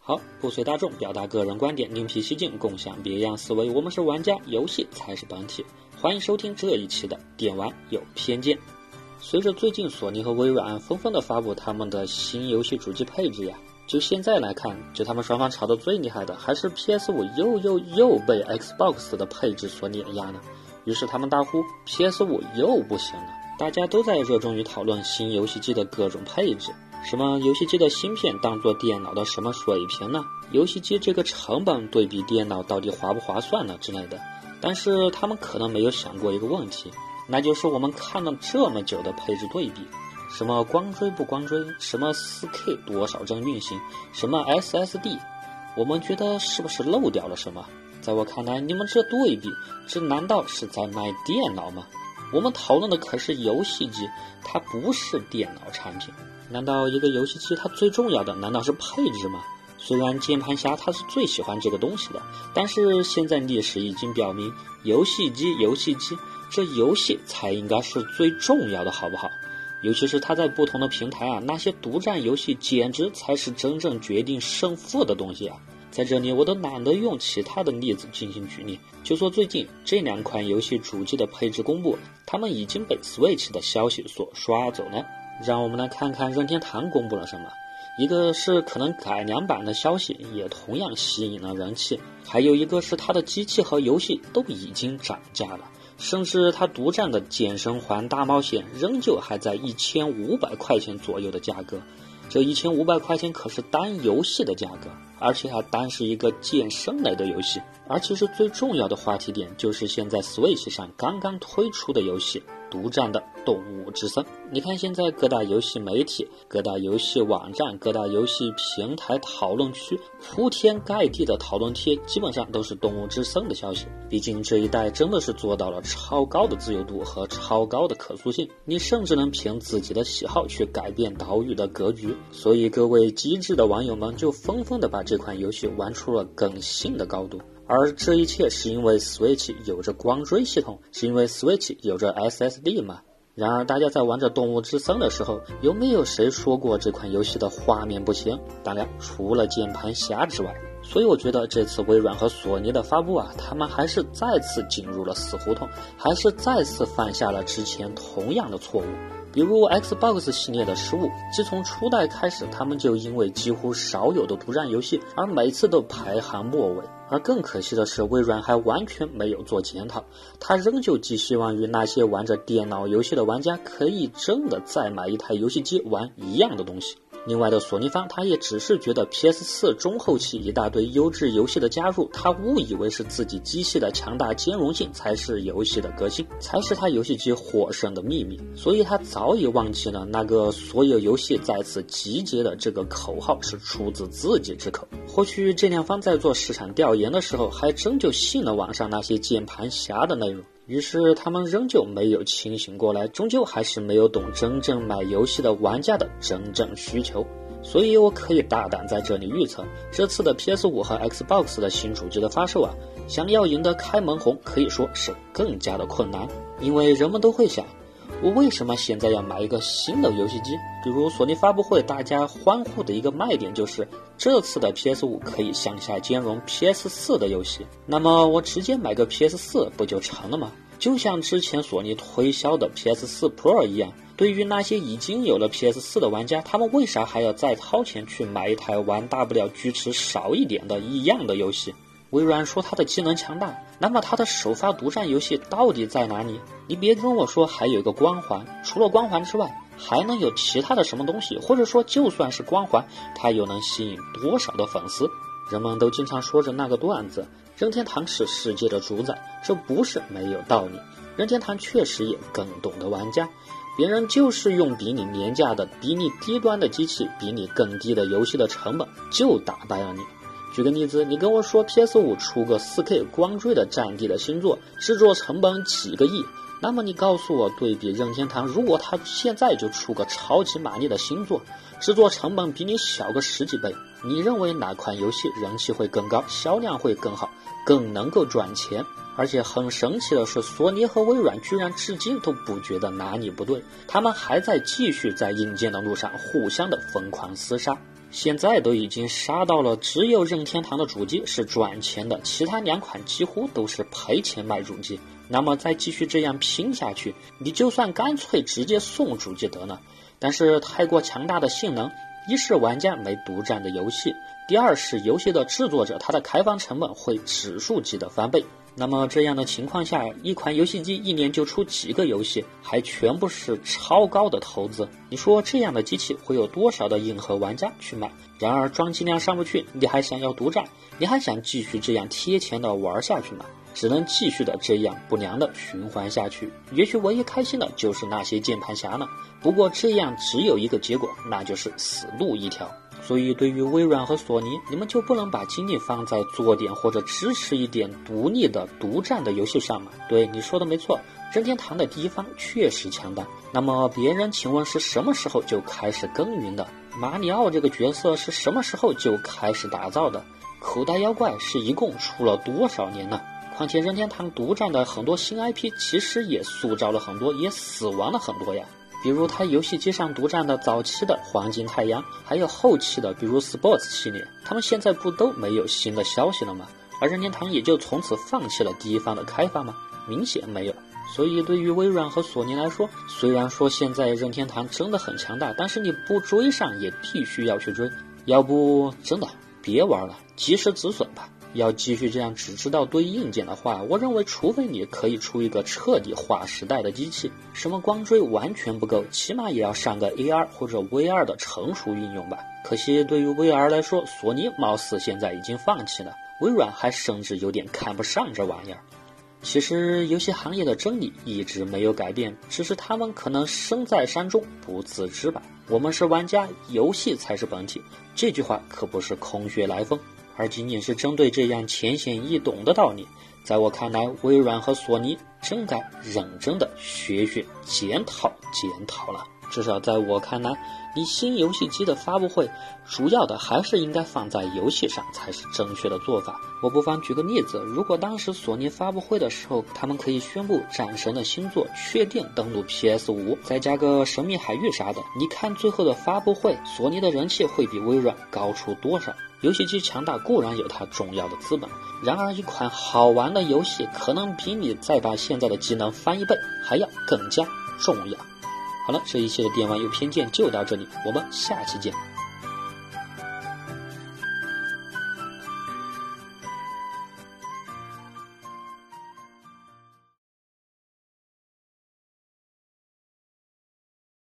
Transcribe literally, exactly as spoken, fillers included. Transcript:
好，不随大众，表达个人观点，另辟蹊径，共享别样思维。我们是玩家，游戏才是本体。欢迎收听这一期的电玩有偏见。随着最近索尼和微软纷纷的发布他们的新游戏主机配置呀，就现在来看，就他们双方吵得最厉害的还是 P S 五 又又又被 Xbox 的配置所碾压呢。于是他们大呼 P S 五 又不行了。大家都在热衷于讨论新游戏机的各种配置，什么游戏机的芯片当做电脑的什么水平呢？游戏机这个成本对比电脑到底划不划算呢之类的。但是他们可能没有想过一个问题，那就是我们看了这么久的配置对比，什么光追不光追，什么 四K 多少帧运行，什么 S S D， 我们觉得是不是漏掉了什么？在我看来，你们这对比，这难道是在卖电脑吗？我们讨论的可是游戏机，它不是电脑产品。难道一个游戏机它最重要的难道是配置吗？虽然键盘侠他是最喜欢这个东西的，但是现在历史已经表明，游戏机游戏机这游戏才应该是最重要的，好不好？尤其是它在不同的平台啊，那些独占游戏简直才是真正决定胜负的东西啊。在这里我都懒得用其他的例子进行举例，就说最近这两款游戏主机的配置公布，他们已经被 Switch 的消息所刷走了。让我们来看看任天堂公布了什么。一个是可能改良版的消息，也同样吸引了人气，还有一个是它的机器和游戏都已经涨价了，甚至它独占的健身环大冒险仍旧还在一千五百块钱左右的价格。这一千五百块钱可是单游戏的价格，而且还单是一个健身类的游戏。而其实最重要的话题点就是现在 Switch 上刚刚推出的游戏，独占的动物之森。你看现在各大游戏媒体、各大游戏网站、各大游戏平台讨论区铺天盖地的讨论贴，基本上都是动物之森的消息。毕竟这一代真的是做到了超高的自由度和超高的可塑性，你甚至能凭自己的喜好去改变岛屿的格局。所以各位机智的网友们就纷纷的把这款游戏玩出了更新的高度。而这一切是因为 Switch 有着光追系统，是因为 Switch 有着 S S D 吗？然而大家在玩着动物之森的时候，有没有谁说过这款游戏的画面不行？当然除了键盘侠之外。所以我觉得这次微软和索尼的发布啊，他们还是再次进入了死胡同，还是再次犯下了之前同样的错误。比如 Xbox 系列的失误，自从初代开始，他们就因为几乎少有的独占游戏，而每次都排行末尾。而更可惜的是，微软还完全没有做检讨，他仍旧寄希望于那些玩着电脑游戏的玩家可以真的再买一台游戏机玩一样的东西。另外的索尼方，他也只是觉得 P S 四 中后期一大堆优质游戏的加入，他误以为是自己机器的强大兼容性才是游戏的革新，才是他游戏机获胜的秘密。所以他早已忘记了那个所有游戏在此集结的这个口号是出自自己之口。或许这两方在做市场调研的时候，还真就信了网上那些键盘侠的内容。于是他们仍旧没有清醒过来，终究还是没有懂真正买游戏的玩家的真正需求。所以我可以大胆在这里预测，这次的 P S 五 和 Xbox 的新主机的发售啊，想要赢得开门红可以说是更加的困难。因为人们都会想，我为什么现在要买一个新的游戏机？比如索尼发布会大家欢呼的一个卖点就是这次的 P S 五 可以向下兼容 P S 四 的游戏，那么我直接买个 P S 四 不就成了吗？就像之前索尼推销的 P S 四 Pro 一样，对于那些已经有了 P S 四 的玩家，他们为啥还要再掏钱去买一台玩大不了锯齿少一点的一样的游戏？微软说它的机能强大，那么它的首发独占游戏到底在哪里？你别跟我说还有一个光环，除了光环之外还能有其他的什么东西？或者说就算是光环，它又能吸引多少的粉丝？人们都经常说着那个段子，任天堂是世界的主宰，这不是没有道理。任天堂确实也更懂得玩家，别人就是用比你廉价的、比你低端的机器，比你更低的游戏的成本，就打败了你。举个例子，你跟我说 P S 五 出个 四K 光追的战地的新作，制作成本几个亿，那么你告诉我，对比任天堂，如果他现在就出个超级玛丽的新作，制作成本比你小个十几倍，你认为哪款游戏人气会更高，销量会更好，更能够赚钱？而且很神奇的是，索尼和微软居然至今都不觉得哪里不对，他们还在继续在硬件的路上互相的疯狂厮杀。 现在都已经杀到了只有任天堂的主机是赚钱的，其他两款几乎都是赔钱卖主机。那么再继续这样拼下去，你就算干脆直接送主机得了。但是太过强大的性能，一是玩家没独占的游戏，第二是游戏的制作者他的开发成本会指数级的翻倍。那么这样的情况下，一款游戏机一年就出几个游戏，还全部是超高的投资，你说这样的机器会有多少的硬核玩家去买？然而装机量上不去，你还想要独占，你还想继续这样贴钱的玩下去吗？只能继续的这样不良的循环下去。也许唯一开心的就是那些键盘侠了，不过这样只有一个结果，那就是死路一条。所以对于微软和索尼，你们就不能把精力放在做点或者支持一点独立的独占的游戏上吗？对，你说的没错，任天堂的第一方确实强大。那么别人请问是什么时候就开始耕耘的？马里奥这个角色是什么时候就开始打造的？口袋妖怪是一共出了多少年呢？况且任天堂独占的很多新 I P 其实也塑造了很多，也死亡了很多呀。比如他游戏机上独占的早期的黄金太阳，还有后期的比如 Sports 系列，他们现在不都没有新的消息了吗？而任天堂也就从此放弃了第一方的开发吗？明显没有。所以对于微软和索尼来说，虽然说现在任天堂真的很强大，但是你不追上也必须要去追，要不真的别玩了，及时止损吧。要继续这样只知道堆硬件的话，我认为除非你可以出一个彻底划时代的机器，什么光追完全不够，起码也要上个 A R 或者 V R 的成熟应用吧。可惜对于 V R 来说，索尼貌似现在已经放弃了，微软还甚至有点看不上这玩意儿。其实游戏行业的真理一直没有改变，只是他们可能身在山中不自知吧。我们是玩家，游戏才是本体，这句话可不是空穴来风，而仅仅是针对这样浅显易懂的道理。在我看来，微软和索尼真该认真的学学检讨检讨了。至少在我看来，你新游戏机的发布会主要的还是应该放在游戏上才是正确的做法。我不妨举个例子，如果当时索尼发布会的时候，他们可以宣布战神的新作确定登陆 P S 五， 再加个神秘海域啥的，你看最后的发布会，索尼的人气会比微软高出多少？游戏机强大固然有它重要的资本，然而一款好玩的游戏可能比你再把现在的技能翻一倍还要更加重要。好了，这一期的电玩有偏见就到这里，我们下期见。